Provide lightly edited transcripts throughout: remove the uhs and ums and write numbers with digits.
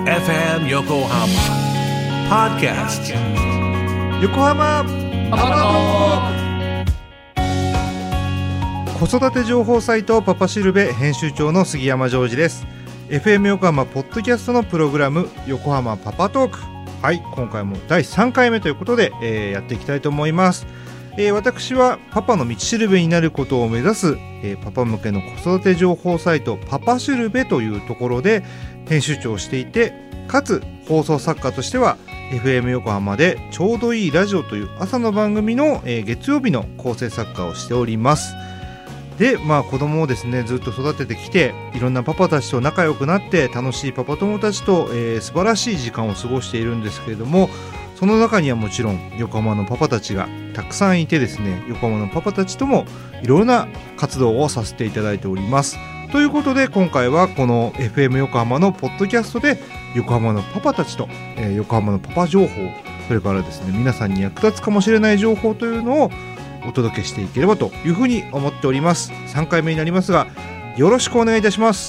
FM Yokohama Podcast 横浜パパトーク。子育て情報サイトパパシルベ編集長の杉山ジョージです。 FM 横浜ポッドキャストのプログラム横浜パパトーク、はい、今回も第3回目ということで、やっていきたいと思います。私はパパの道しるべになることを目指す、パパ向けの子育て情報サイトパパシルベというところで編集長をしていて、かつ放送作家としては FM 横浜でちょうどいいラジオという朝の番組の、月曜日の構成作家をしております。で、子供をですねずっと育ててきて、いろんなパパたちと仲良くなって楽しいパパ友たちと、素晴らしい時間を過ごしているんですけれども、その中にはもちろん横浜のパパたちがたくさんいてですね、横浜のパパたちともいろんな活動をさせていただいております。ということで今回はこの FM 横浜のポッドキャストで横浜のパパたちと、横浜のパパ情報、それからですね皆さんに役立つかもしれない情報というのをお届けしていければというふうに思っております。3回目になりますがよろしくお願いいたします。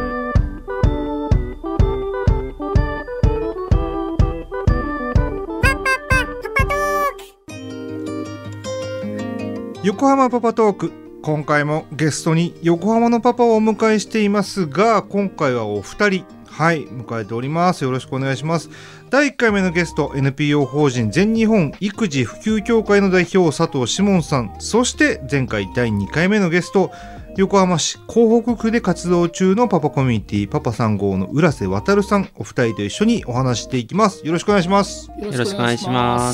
横浜パパトーク、今回もゲストに横浜のパパをお迎えしていますが、今回はお二人迎えております。よろしくお願いします。第1回目のゲスト NPO 法人全日本育児普及協会の代表佐藤志門さん、そして前回第2回目のゲスト横浜市港北区で活動中のパパコミュニティパパ3号の浦瀬渉さん、お二人と一緒にお話していきます。よろしくお願いします。 よろしくお願いします。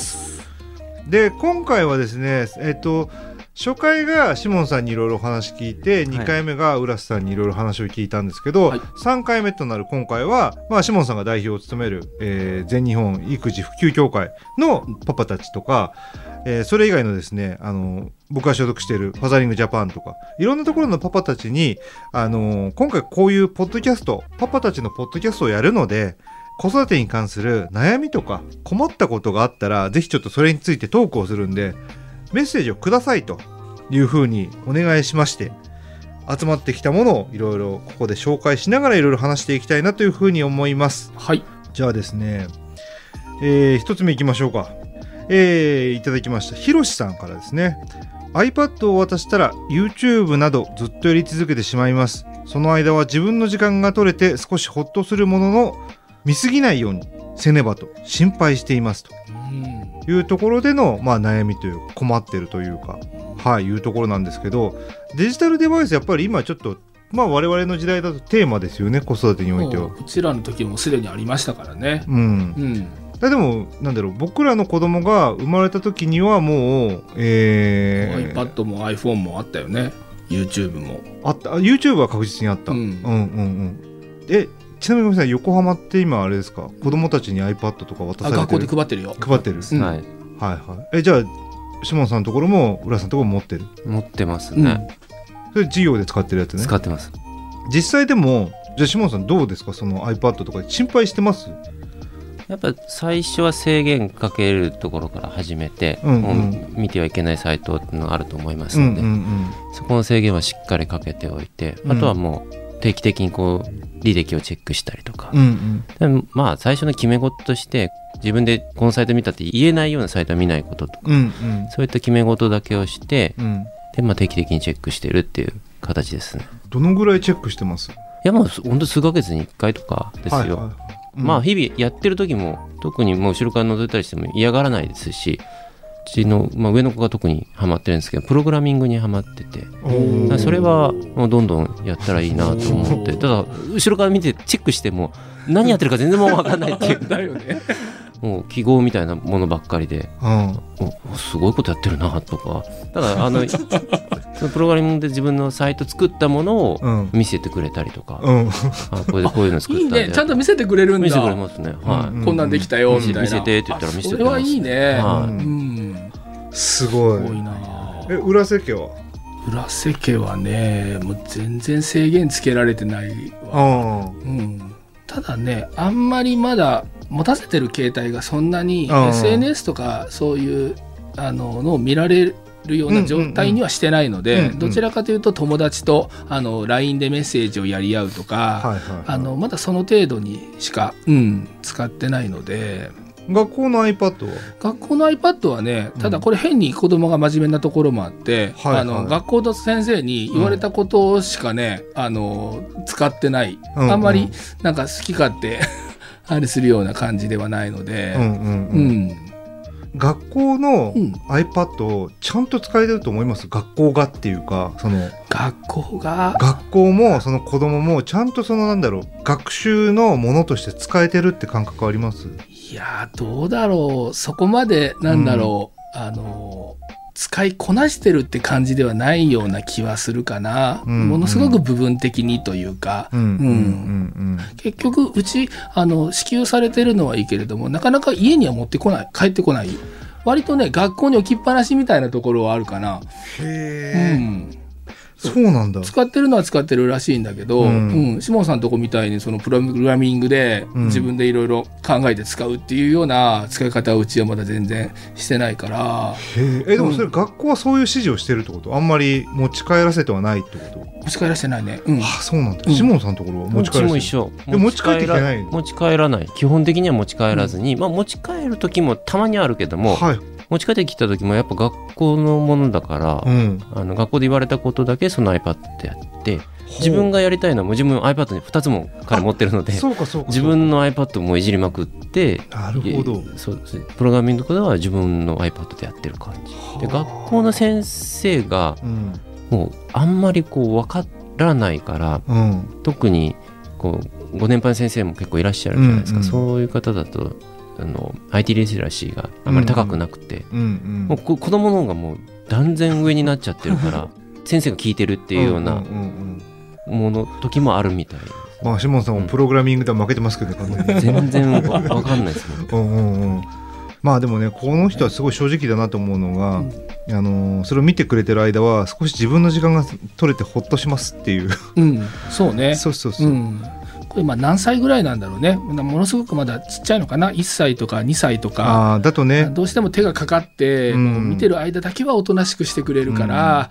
で、今回はですね初回がシモンさんにいろいろお話聞いて、2回目が浦瀬さんにいろいろ話を聞いたんですけど、3回目となる今回は、シモンさんが代表を務める、全日本育児普及協会のパパたちとか、それ以外のですね僕が所属しているファザリングジャパンとかいろんなところのパパたちに、今回こういうポッドキャスト、パパたちのポッドキャストをやるので、子育てに関する悩みとか困ったことがあったらぜひちょっとそれについてトークをするんでメッセージをくださいというふうにお願いしまして、集まってきたものをいろいろここで紹介しながらいろいろ話していきたいなというふうに思います。 はい。 じゃあですね、一つ目いきましょうか。いただきましたひろしさんからですね。 iPad を渡したら YouTube などずっとやり続けてしまいます。その間は自分の時間が取れて少しほっとするものの、見過ぎないようにせねばと心配していますというところでの、悩みという困ってるというか、いうところなんですけど、デジタルデバイスやっぱり今ちょっと我々の時代だとテーマですよね、子育てにおいては。 うちらの時もすでにありましたからね。 でも僕らの子供が生まれた時にはもう、 iPad も iPhone もあったよね。 YouTube もあった。 YouTube は確実にあった。ちなみにごめんなさい、横浜って今あれですか、子供たちに iPad とか渡されてる？ 学校で配ってるよ。 配ってる、じゃあシモンさんのところも浦さんのところも持ってますね。それ授業で使ってるやつね。 使ってます。 実際でもじゃあシモンさんどうですか、その iPad とか心配してます？ やっぱ最初は制限かけるところから始めて、もう見てはいけないサイトっていうのがあると思いますので、そこの制限はしっかりかけておいて、あとはもう定期的に履歴をチェックしたりとか、でも最初の決め事として自分でこのサイト見たって言えないようなサイトは見ないこととか、そういった決め事だけをして、で定期的にチェックしてるっていう形ですね。 どのぐらいチェックしてます？ いやもう本当数ヶ月に1回とかですよ。日々やってる時も特にもう後ろから覗いたりしても嫌がらないですし、うちの、上の子が特にハマってるんですけど、プログラミングにハマってて、それはもうどんどんやったらいいなと思って、ただ後ろから見てチェックしても何やってるか全然もう分かんないっていうだよね。もう記号みたいなものばっかりで、すごいことやってるなとか、ただそのプログラミングで自分のサイト作ったものを見せてくれたりとか、これでこういうの作ったんでいいね、ちゃんと見せてくれるんだ。 見せてくれますね。 こんなんできたよみたいな。 見せてって言ったら見せてくれます。 それはいいね。 すごいな。浦瀬家は？ 浦瀬家はね、もう全然制限つけられてないわ。ただね、あんまりまだ持たせてる携帯がそんなに SNS とかそういうのを見られるような状態にはしてないので、どちらかというと友達とLINE でメッセージをやり合うとか、まだその程度にしか、使ってないので。 学校の iPad は？ 学校の iPad はね、ただこれ変に子供が真面目なところもあって、学校の先生に言われたことしかね、使ってない、あんまりなんか好き勝手あれするような感じではないので、 学校の iPad をちゃんと使えてると思います？学校がっていうか、学校もその子供もちゃんと学習のものとして使えてるって感覚あります？ いやどうだろう、そこまで使いこなしてるって感じではないような気はするかな、ものすごく部分的にというか、結局うち支給されてるのはいいけれども、なかなか家には持ってこない、帰ってこない、割とね学校に置きっぱなしみたいなところはあるかな。 そうなんだ。 使ってるのは使ってるらしいんだけど、シモンさんのとこみたいにそのプログラミングで自分でいろいろ考えて使うっていうような使い方はうちはまだ全然してないから。 でもそれ学校はそういう指示をしてるってこと？あんまり持ち帰らせてはないってこと？ 持ち帰らせてないね。 そうなんだ。シモンさんのところは持ち帰らせてる？ うちも一緒。 持ち帰ってきてない？ 持ち帰らない。基本的には持ち帰らずに、持ち帰る時もたまにあるけども、持ち帰ってきた時もやっぱ学校のものだから、学校で言われたことだけその iPad でやって、自分がやりたいのはもう自分 iPad に2つも彼持ってるので、自分の iPad もいじりまくって、 なるほど。 そうです。プログラミングでは自分の iPad でやってる感じで、学校の先生がもうあんまり分からないから、特にご年配の先生も結構いらっしゃるじゃないですか。そういう方だとIT リテラシーがあまり高くなくて、もう子供の方がもう断然上になっちゃってるから先生が聞いてるっていうようなもの時もあるみたいです。 シモンさんもプログラミングでは負けてますけどね、 全然分かんないですね。 でもね、この人はすごい正直だなと思うのが、それを見てくれてる間は少し自分の時間が取れてほっとしますっていう、 そうね。 そう、 これ何歳ぐらいなんだろうね。ものすごくまだちっちゃいのかな。1歳とか2歳とかだとね、 どうしても手がかかって、もう見てる間だけはおとなしくしてくれるから、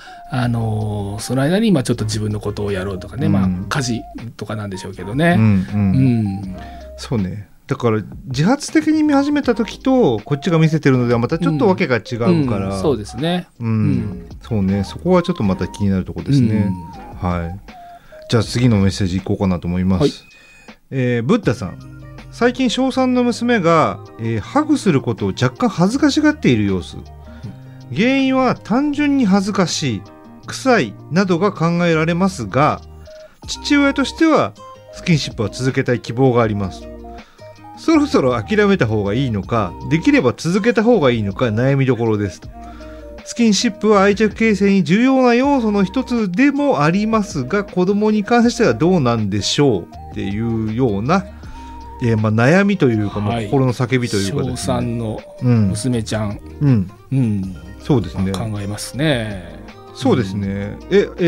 その間に今ちょっと自分のことをやろうとかね、家事とかなんでしょうけどね。 そうね。だから自発的に見始めた時とこっちが見せてるのではまたちょっとわけが違うから、 そうですね。 そうね。そこはちょっとまた気になるところですね。じゃあ次のメッセージいこうかなと思います。ブッダさん、最近小3の娘が、ハグすることを若干恥ずかしがっている様子。原因は単純に恥ずかしい、臭いなどが考えられますが、父親としてはスキンシップは続けたい希望があります。そろそろ諦めた方がいいのか、できれば続けた方がいいのか悩みどころですと。スキンシップは愛着形成に重要な要素の一つでもありますが、子供に関してはどうなんでしょうっていうような、悩みというか、心の叫びというかですね。 小3の娘ちゃん、 そうですね。 考えますね。 そうですね。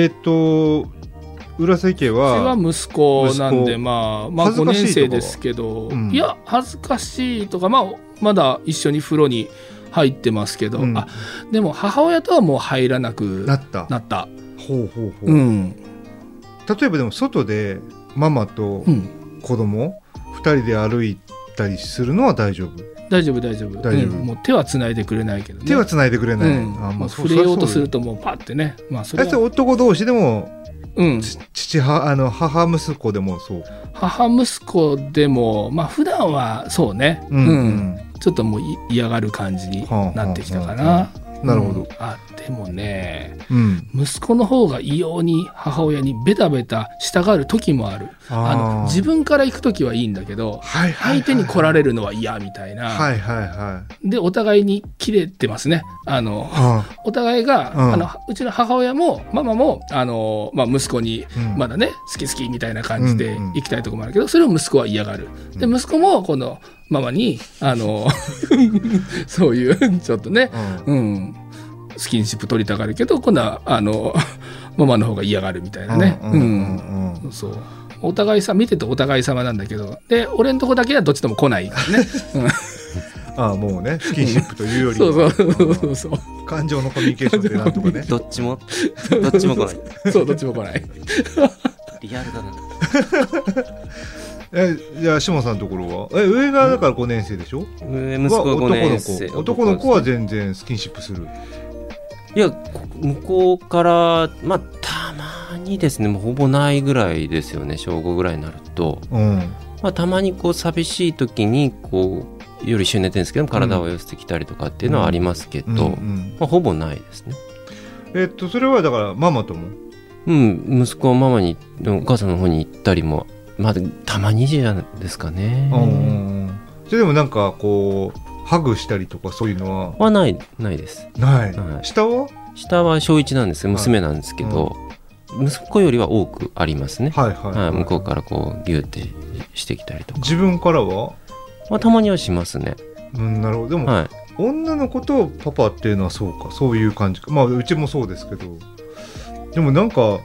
浦瀬家は息子なんで、5年生ですけど、いや恥ずかしいとか、まだ一緒に風呂に入ってますけど、でも母親とはもう入らなくなった。 例えばでも外でママと子供2人で歩いたりするのは大丈夫？大丈夫。 もう手はつないでくれないけどね。 手はつないでくれない。 触れようとするともうパッてね。 それは男同士でも、母息子でもそう。 母息子でも普段はそうね。ちょっともう嫌がる感じになってきたかな。 なるほど。 でもね、息子の方が異様に母親にベタベタ従う時もある。自分から行く時はいいんだけど、相手に来られるのは嫌みたいな。でお互いに切れてますね。お互いが、うちの母親もママも息子にまだね、好きみたいな感じで行きたいところもあるけど、それを息子は嫌がる。で息子もこのママにそういうちょっとね、スキンシップ取りたがるけど、今度はママの方が嫌がるみたいなね。そうお互いさ見ててお互い様なんだけど、で俺のとこだけはどっちとも来ないからね。 ああもうねスキンシップというよりそう感情のコミュニケーションってなんとかねどっちも来ないそうどっちも来ないリアルだな。 じゃあ下さんのところは上がだから5年生でしょ。 上息子が5年生。 男の子は全然スキンシップする。 いや向こうからまあたまにですね、もうほぼないぐらいですよね。小5ぐらいになると、まあ、たまにこう寂しい時にこう夜一緒に寝てるんですけど体を寄せてきたりとかっていうのはありますけど、まあ、ほぼないですね。 それはだからママとも息子はママにお母さんの方に行ったりもまあたまにじゃですかね。 それでもなんかこうハグしたりとかそういうのはないです。 ない、下は小1なんですよ。娘なんですけど、息子よりは多くありますね。向こうからこうギューってしてきたりとか。 自分からは、 まあ、たまにはしますね。 なるほど。でも、女の子とパパっていうのはそういう感じか。まあうちもそうですけど、でもなんか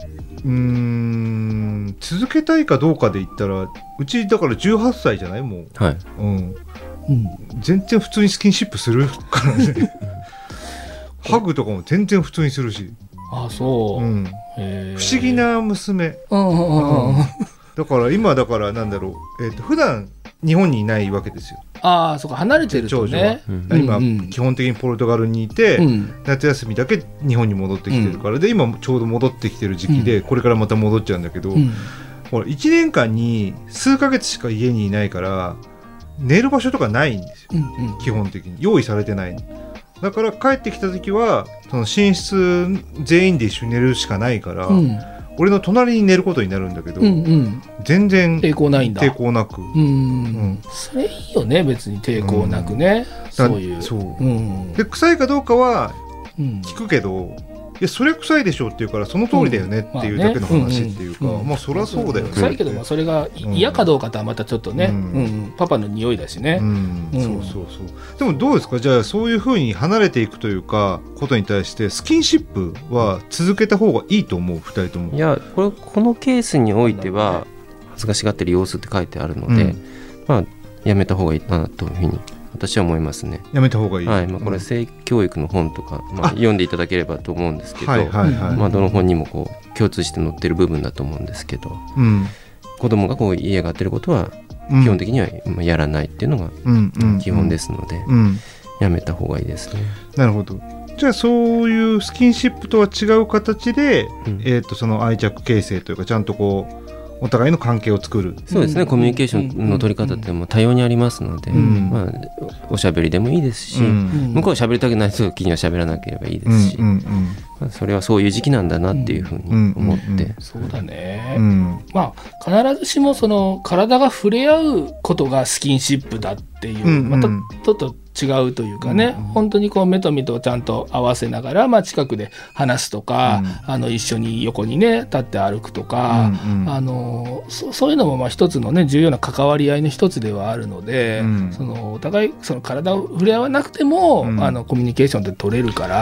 続けたいかどうかで言ったらうちだから18歳じゃないもう、全然普通にスキンシップするからねハグとかも全然普通にするし。 あ、そう、 不思議な娘、だから今だからなんだろう、普段日本にいないわけですよ。 ああ、そうか、離れてるとね。 今、基本的にポルトガルにいて、夏休みだけ日本に戻ってきてるから、で今ちょうど戻ってきてる時期で、これからまた戻っちゃうんだけど、ほら1年間に数ヶ月しか家にいないから寝る場所とかないんですよ、基本的に用意されてない。だから帰ってきた時はその寝室全員で一緒に寝るしかないから、俺の隣に寝ることになるんだけど、全然抵抗ないんだ。 抵抗なく、 それいいよね、別に抵抗なくね、そういう。 で臭いかどうかは聞くけど、いやそれ臭いでしょって言うからその通りだよねっていうだけの話っていうか、まあそりゃそうだよね。 臭いけど、まあそれが嫌かどうかとはまたちょっとね、パパの匂いだしね。 そうでもどうですか、じゃあそういう風に離れていくというかことに対してスキンシップは続けた方がいいと思う、2人とも。 いやこのケースにおいては恥ずかしがってる様子って書いてあるので、まあやめた方がいいなというふうに私は思いますね。 やめた方がいい。 これ性教育の本とか、読んでいただければと思うんですけど、どの本にもこう共通して載ってる部分だと思うんですけど、子供がこう嫌がってることは基本的にはやらないっていうのが基本ですので、やめた方がいいですね。 なるほど。じゃあそういうスキンシップとは違う形で、その愛着形成というかちゃんとこうお互いの関係を作る。 そうですね、コミュニケーションの取り方っても多様にありますので、おしゃべりでもいいですし、向こうはしゃべりたくない時にはしゃべらなければいいですし、それはそういう時期なんだなっていうふうに思って、 そうだね、まあ必ずしもその体が触れ合うことがスキンシップだっていう、またちょっと違うというかね、本当にこう目と目とちゃんと合わせながら、近くで話すとか、一緒に横にね立って歩くとか、そういうのも一つのね重要な関わり合いの一つではあるので、そのお互いその体を触れ合わなくても、コミュニケーションって取れるから、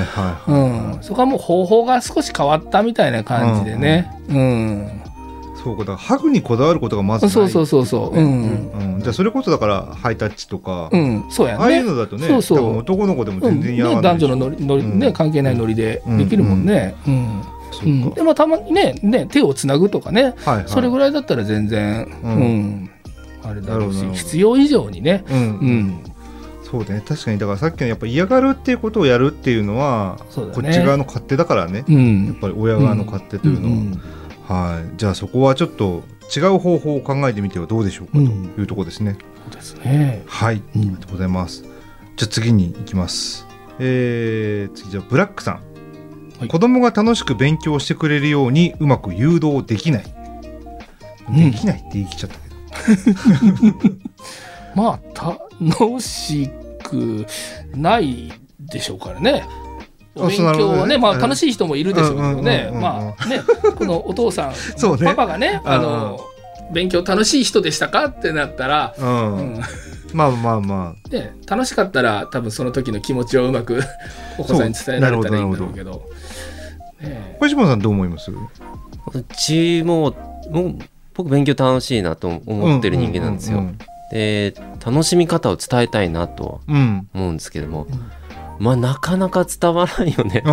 そこはもう方法が少し変わったみたいな感じでね。 そうか、だからハグにこだわることがまずない。 そう、 じゃあそれこそだからハイタッチとか、 そうやね、 ああいうのだとね、多分男の子でも全然やらない、 男女のノリね、関係ないノリでできるもんね。でもたまにね手をつなぐとかね、それぐらいだったら全然、あれだろうし、必要以上にね。 そうだね、確かに。だからさっきのやっぱ嫌がるっていうことをやるっていうのは、こっち側の勝手だからね、やっぱり親側の勝手というのは、じゃあそこはちょっと違う方法を考えてみてはどうでしょうかというところですね。 そうですね。 はい、ありがとうございます。じゃあ次に行きます。次じゃあブラックさん、子供が楽しく勉強してくれるようにうまく誘導できない、できないって言い切っちゃったけどまあ楽しくないでしょうからね。お勉強はね、楽しい人もいるでしょうけどね、このお父さんパパがね、勉強楽しい人でしたかってなったら、で楽しかったら多分その時の気持ちをうまくお子さんに伝えられたらいいんだろうけど。 小島さんどう思います？ うちも僕勉強楽しいなと思ってる人間なんですよ。 で楽しみ方を伝えたいなと思うんですけども、まあなかなか伝わらないよね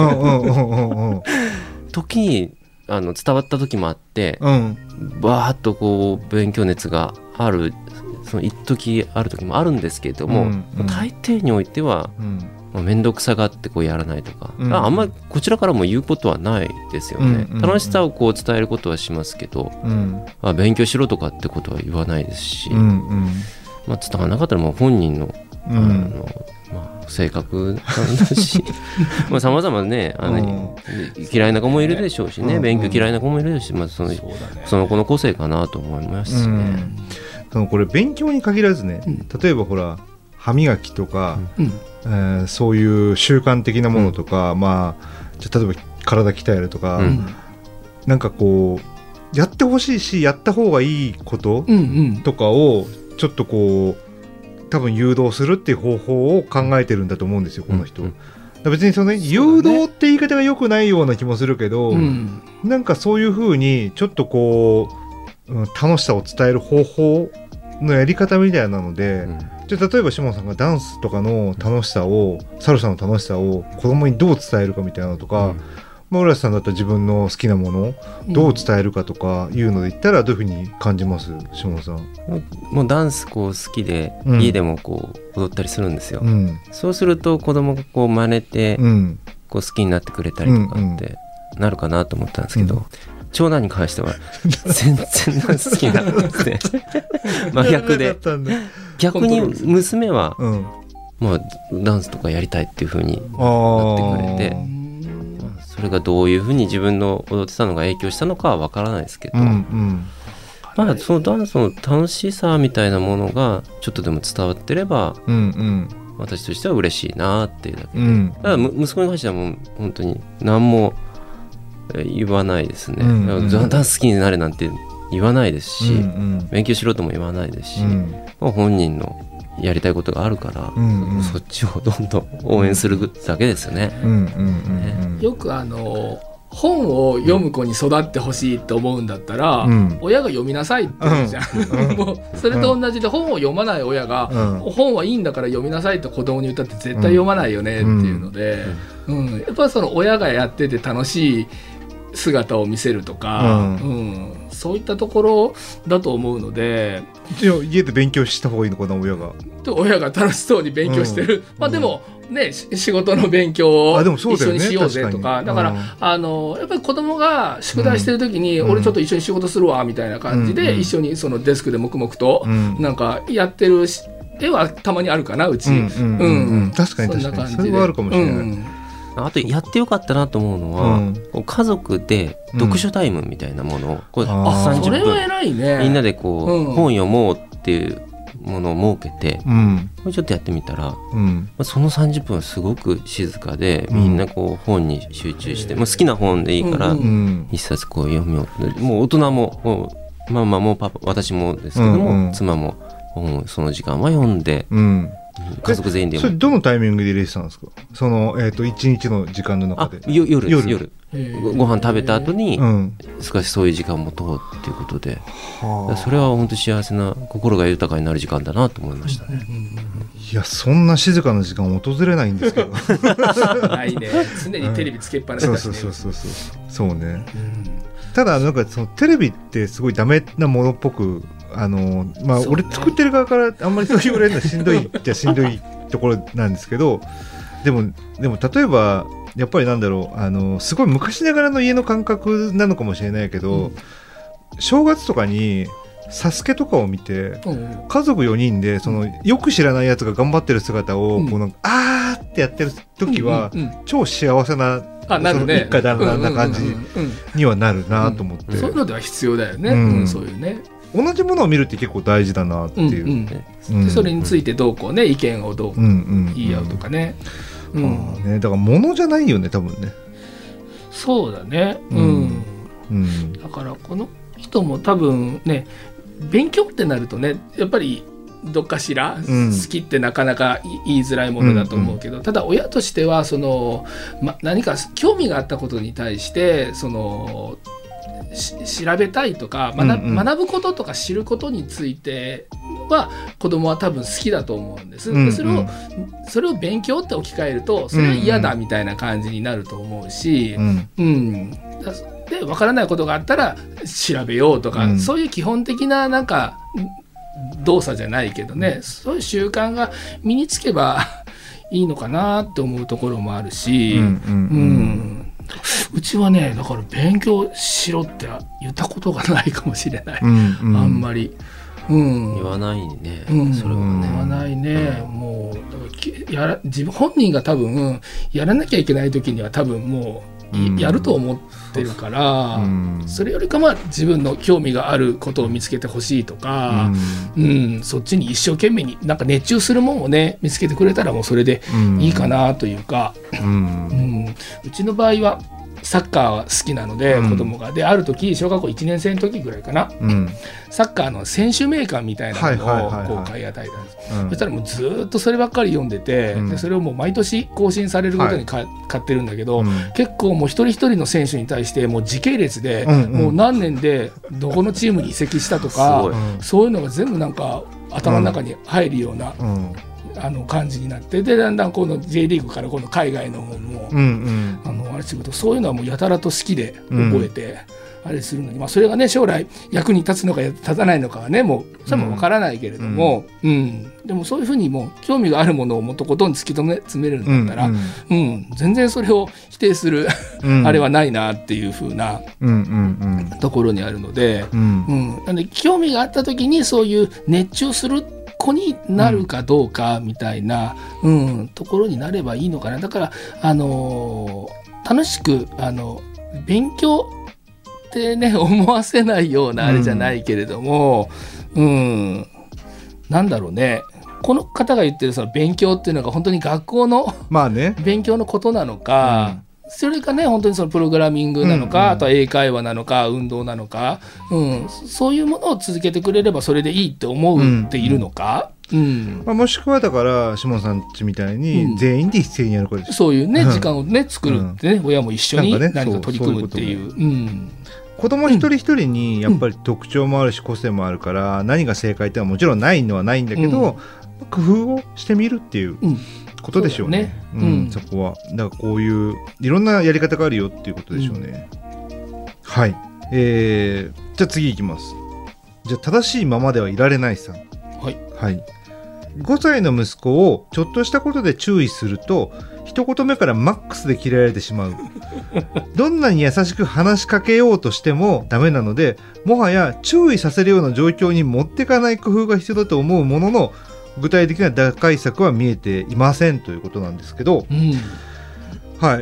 時に伝わった時もあって、バーッとこう勉強熱があるその一時ある時もあるんですけれども、大抵においては、面倒くさがってこうやらないとか、あんまりこちらからも言うことはないですよね。楽しさをこう伝えることはしますけど、勉強しろとかってことは言わないですし、まあ、伝わらなかったらもう本人の、性格だしさまざまね嫌いな子もいるでしょうしね、勉強嫌いな子もいるでしょうし、その子の個性かなと思いますしね。 これ勉強に限らずね、例えばほら歯磨きとか、そういう習慣的なものとか、じゃ例えば体鍛えるとか、なんかこうやってほしいしやった方がいいこととかをちょっとこう多分誘導するっていう方法を考えてるんだと思うんですよ、この人。別にその、誘導って言い方が良くないような気もするけど、なんかそういう風にちょっとこう、楽しさを伝える方法のやり方みたいなので、じゃあ例えばシモンさんがダンスとかの楽しさを、サルサの楽しさを子供にどう伝えるかみたいなのとか、浦瀬さんだったら自分の好きなものをどう伝えるかとかいうので言ったらどういうふうに感じます？下野さん。 もうダンスこう好きで、家でもこう踊ったりするんですよ、そうすると子供がこう真似て、こう好きになってくれたりとかってなるかなと思ったんですけど、長男に関しては全然ダンス好きになってて真逆で、逆に娘は、ダンスとかやりたいっていう風になってくれて、それがどういうふうに自分の踊ってたのが影響したのかは分からないですけど、そのダンスの楽しさみたいなものがちょっとでも伝わってれば、私としては嬉しいなっていうだけで、ただ息子に関してはもう本当に何も言わないですね、ダンス好きになれなんて言わないですし、勉強しろとも言わないですし、本人のやりたいことがあるから、そっちをどんどん応援するだけですよね。 よく本を読む子に育ってほしいと思うんだったら、親が読みなさいって言うじゃん、もうそれと同じで、本を読まない親が、本はいいんだから読みなさいと子供に言ったって絶対読まないよねっていうので、やっぱりその親がやってて楽しい姿を見せるとか、そういったところだと思うので、 家で勉強した方がいいのかな、親が楽しそうに勉強してる、でもね、仕事の勉強を一緒にしようぜとか、だからやっぱり子供が宿題してる時に、俺ちょっと一緒に仕事するわみたいな感じで、一緒にそのデスクで黙々となんかやってる絵はたまにあるかな、うち。 確かにそれはあるかもしれない。 あとやってよかったなと思うのは、家族で読書タイムみたいなものをこう30分それは偉いね、 みんなでこう、本読もうっていうものを設けて、ちょっとやってみたら、その30分はすごく静かで、みんなこう本に集中して、好きな本でいいから一冊こう読みよう、もう大人もママもパパ、私もですけども、妻も本をその時間は読んで、家族全員で。 それどのタイミングで入れてたんですか？その一日の時間の中で。 夜です。夜ご飯食べた後に、少しそういう時間も取ろうっていうことで、それは本当幸せな、心が豊かになる時間だなと思いましたね。 いや、そんな静かな時間訪れないんですけどないね、常にテレビつけっぱなしだしね。 そうね。ただなんかそのテレビってすごいダメなものっぽく、俺作ってる側からあんまりそう言われるのはしんどいじゃしんどいところなんですけど、でも例えばやっぱりなんだろう、すごい昔ながらの家の感覚なのかもしれないけど、正月とかにサスケとかを見て、家族4人でそのよく知らないやつが頑張ってる姿をこうなんかあーってやってる時は、超幸せなその一家団らんな感じにはなるなと思って、 そういうのでは必要だよね、そういうね。 同じものを見るって結構大事だなっていう、 でそれについてどうこうね、意見をどう言い合うとかね、 だから物じゃないよね、多分ね。 そうだね、だからこの人も多分ね、勉強ってなるとね、やっぱりどっかしら好きってなかなか言いづらいものだと思うけど、ただ親としてはその、何か興味があったことに対してその調べたいとか学ぶこととか知ることについては子供は多分好きだと思うんです。でそれを勉強って置き換えるとそれは嫌だみたいな感じになると思うし、で分からないことがあったら調べようとか、そういう基本的ななんか動作じゃないけどね、そういう習慣が身につけばいいのかなって思うところもあるし、うちはねだから勉強しろって言ったことがないかもしれない、あんまり、 言わないね、それはね言わないね、もう自分本人が多分やらなきゃいけない時には多分もうやると思ってるから、それよりかは自分の興味があることを見つけてほしいとか、そっちに一生懸命になんか熱中するものをね見つけてくれたらもうそれでいいかなというか、うちの場合はサッカーは好きなので、子供がである時小学校1年生の時ぐらいかな、サッカーの選手名鑑みたいなのをこう買い与えたんです。そしたらもうずっとそればっかり読んでて、でそれをもう毎年更新されるごとに買ってるんだけど、結構もう一人一人の選手に対してもう時系列で、もう何年でどこのチームに移籍したとか、そういうのが全部なんか頭の中に入るような、感じになって、でだんだんこの J リーグからこの海外の方も、あれするとそういうのはもうやたらと好きで覚えて、あれするのに、それがね将来役に立つのか立たないのかはねもうそれも分からないけれども、でもそういうふうにもう興味があるものをもっとことに突き詰めるんだったら、全然それを否定するあれはないなっていうふうなところにあるので、なので興味があった時にそういう熱中する子になるかどうかみたいな、ところになればいいのかな。だから楽しく勉強ってね思わせないようなあれじゃないけれども、なんだろうね、この方が言ってるその勉強っていうのが本当に学校の、勉強のことなのか、それかね本当にそのプログラミングなのか、あとは英会話なのか運動なのか、そういうものを続けてくれればそれでいいって思っているのか、 もしくはだから下野さんちみたいに全員で一斉にやることです、 そういうね時間をね作るってね、親も一緒に何か取り組むっていう。 子供一人一人にやっぱり特徴もあるし個性もあるから、何が正解ってのはもちろんないのはないんだけど、工夫をしてみるっていうことでしょうね。そこはだからこういういろんなやり方があるよっていうことでしょうね。はい、じゃあ次いきます。じゃあ正しいままではいられないさん。はい、5歳の息子をちょっとしたことで注意すると一言目からマックスでキレられてしまう。どんなに優しく話しかけようとしてもダメなので、もはや注意させるような状況に持っていかない工夫が必要だと思うものの、具体的な打開策は見えていませんということなんですけど、はい、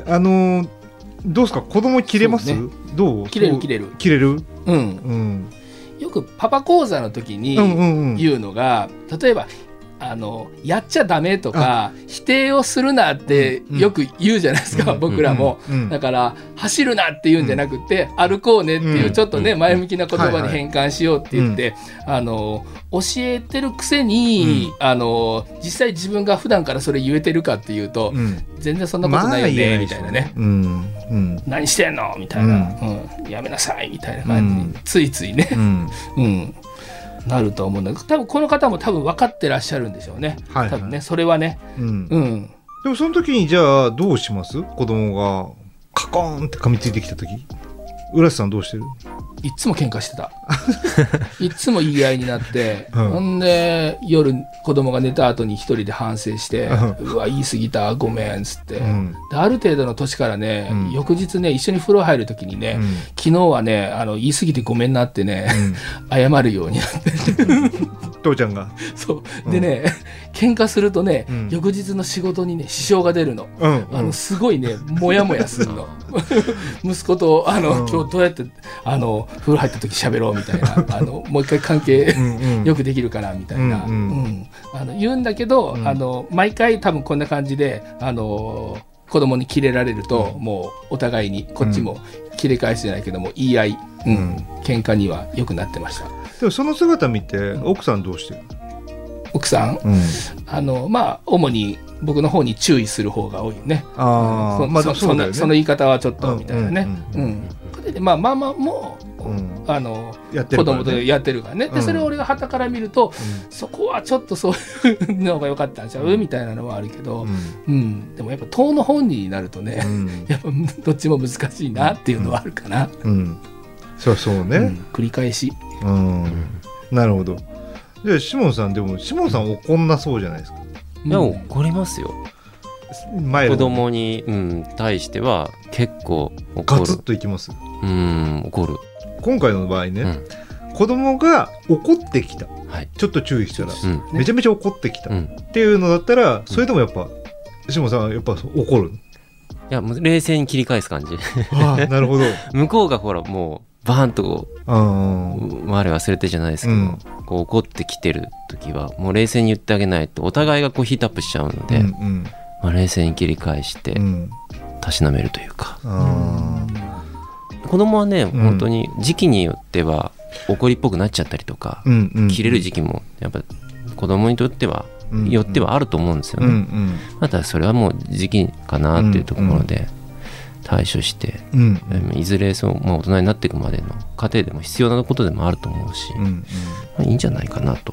どうですか、子供切れます？どう？切れる、 よくパパ講座の時に言うのが、例えばやっちゃダメとか否定をするなってよく言うじゃないですか、僕らも。だから走るなって言うんじゃなくて、歩こうねっていうちょっとね前向きな言葉に変換しようって言って、教えてるくせに、実際自分が普段からそれ言えてるかっていうと、全然そんなことないよねみたいなね、何してんのみたいな、やめなさいみたいな感じについついね、なると思うんだけど、多分この方も多分分かってらっしゃるんでしょうね、多分ねそれはね。 でもその時にじゃあどうします？子供がカコーンって噛みついてきた時、浦瀬さんどうしてる？ いつも喧嘩してた。いつも言い合いになって、ほんで夜子供が寝た後に一人で反省して、うわ言い過ぎたごめんっつって、である程度の年からね、翌日ね一緒に風呂入る時にね、昨日はね言い過ぎてごめんなってね、謝るようになって父ちゃんがそうでね、喧嘩するとね、翌日の仕事にね支障が出るの、すごいねモヤモヤするの。息子と今日どうやって風呂入った時喋ろうみたいな、もう一回関係よくできるかなみたいな、言うんだけど、毎回多分こんな感じで子供にキレられると、もうお互いにこっちも切れ返すじゃないけども言い合い、喧嘩にはよくなってました。 でもその姿見て奥さんどうしてる？ 奥さん、主に僕の方に注意する方が多いよね。その言い方はちょっとみたいなね。これでママも子供とやってるからね。でそれを俺が傍から見ると、そこはちょっとそういうのが良かったんちゃうみたいなのはあるけど、でもやっぱ当の本人になるとね、やっぱどっちも難しいなっていうのはあるかな。 そうね、 繰り返し。 なるほど。でシモンさん怒んなそうじゃないですか。 いや怒りますよ。子供に、対しては結構怒る。 ガツッといきます。 怒る。 今回の場合ね、子供が怒ってきた、ちょっと注意したら、めちゃめちゃ怒ってきた、っていうのだったら、それでもやっぱシモンさんはやっぱ怒る。 いやもう冷静に切り返す感じ。 なるほど。 向こうがほらもうバーンとこう我忘れてじゃないですけど、こう怒ってきてる時はもう冷静に言ってあげないとお互いがこうヒートアップしちゃうので、冷静に切り返してたしなめるというか、子供はね本当に時期によっては怒りっぽくなっちゃったりとか、切れる時期もやっぱ子供にとってはよってはあると思うんですよね。またそれはもう時期かなっていうところで対処して、いずれ大人になっていくまでの過程でも必要なことでもあると思うし、いいんじゃないかなと。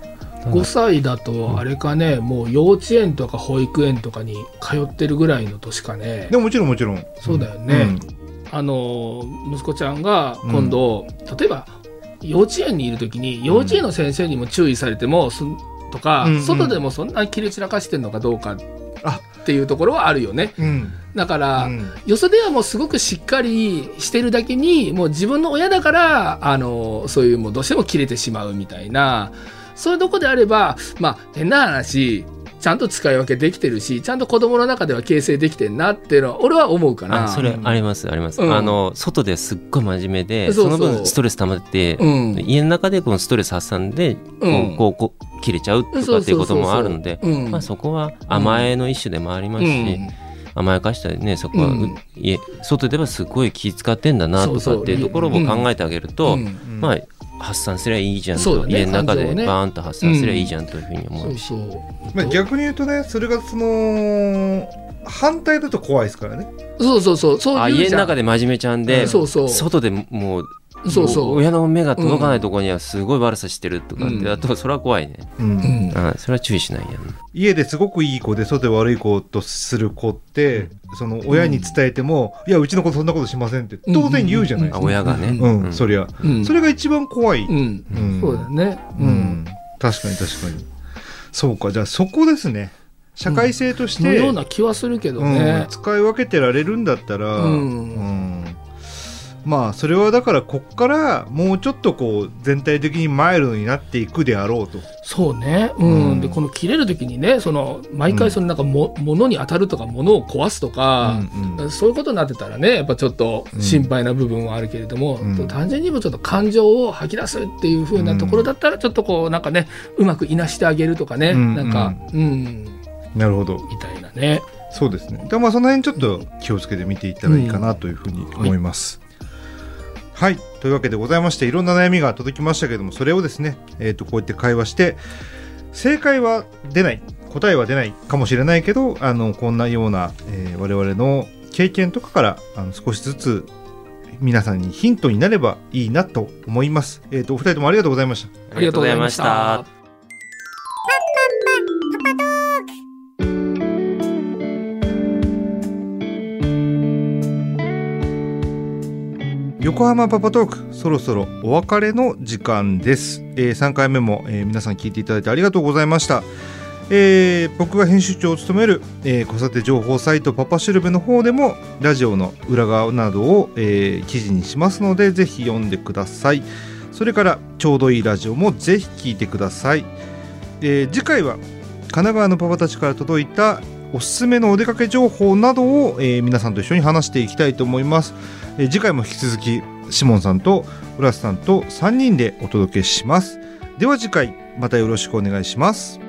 5歳だとあれかね、もう幼稚園とか保育園とかに通ってるぐらいの年かね。 でもちろんそうだよね、息子ちゃんが今度、例えば幼稚園にいる時に幼稚園の先生にも注意されてもとか、外でもそんなに切れ散らかしてんのかどうかっていうところはあるよね。だから、よそではもうすごくしっかりしてるだけにもう自分の親だからそういうもうどうしても切れてしまうみたいな、そういうとこであれば変な話ちゃんと使い分けできてるし、ちゃんと子供の中では形成できてんなっていうのは俺は思うかな。 それありますあります、外ですっごい真面目でその分ストレス溜まって、家の中でこのストレス発散でこう切れちゃうとかっていうこともあるので、そこは甘えの一種でもありますし、甘やかしたりね、そこは、外ではすごい気使ってんだなとかっていうところを考えてあげると、発散すればいいじゃんと、家の中でバーンと発散すればいいじゃんというふうに思うし、 逆に言うとね、それが反対だと怖いですからね。 そう家の中で真面目ちゃんで、外でもう親の目が届かないところにはすごい悪さしてるとかってだと、それは怖いね。それは注意しないやん。 家ですごくいい子で外で悪い子とする子って、その親に伝えても、いやうちの子そんなことしませんって当然言うじゃないですか。 親がね、 そりゃ、それが一番怖い。 そうだよね。 確かにそうか。じゃあそこですね。社会性として、 のような気はするけどね。 使い分けてられるんだったら、それはだからこっからもうちょっとこう全体的にマイルドになっていくであろうと。 そうね、でこの切れる時にね、毎回なんか物に当たるとか物を壊すとか、そういうことになってたらね、やっぱちょっと心配な部分はあるけれども、単純にもちょっと感情を吐き出すっていう風なところだったら、ちょっとこうなんかね、うまくいなしてあげるとかね、なんかなるほどみたいなね。 そうですね。でその辺ちょっと気をつけて見ていったらいいかなというふうに思います。はい、というわけでございまして、いろんな悩みが届きましたけども、それをですね、こうやって会話して正解は出ない、答えは出ないかもしれないけど、こんなような、我々の経験とかから少しずつ皆さんにヒントになればいいなと思います。お二人ともありがとうございました。 ありがとうございました。 横浜パパトーク、そろそろお別れの時間です。3回目も、皆さん聞いていただいてありがとうございました。僕が編集長を務める、子育て情報サイトパパシルベの方でもラジオの裏側などを、記事にしますので、ぜひ読んでください。それからちょうどいいラジオもぜひ聞いてください。次回は神奈川のパパたちから届いたおすすめのお出かけ情報などを、皆さんと一緒に話していきたいと思います。次回も引き続きシモンさんと浦瀬さんと3人でお届けします。では次回またよろしくお願いします。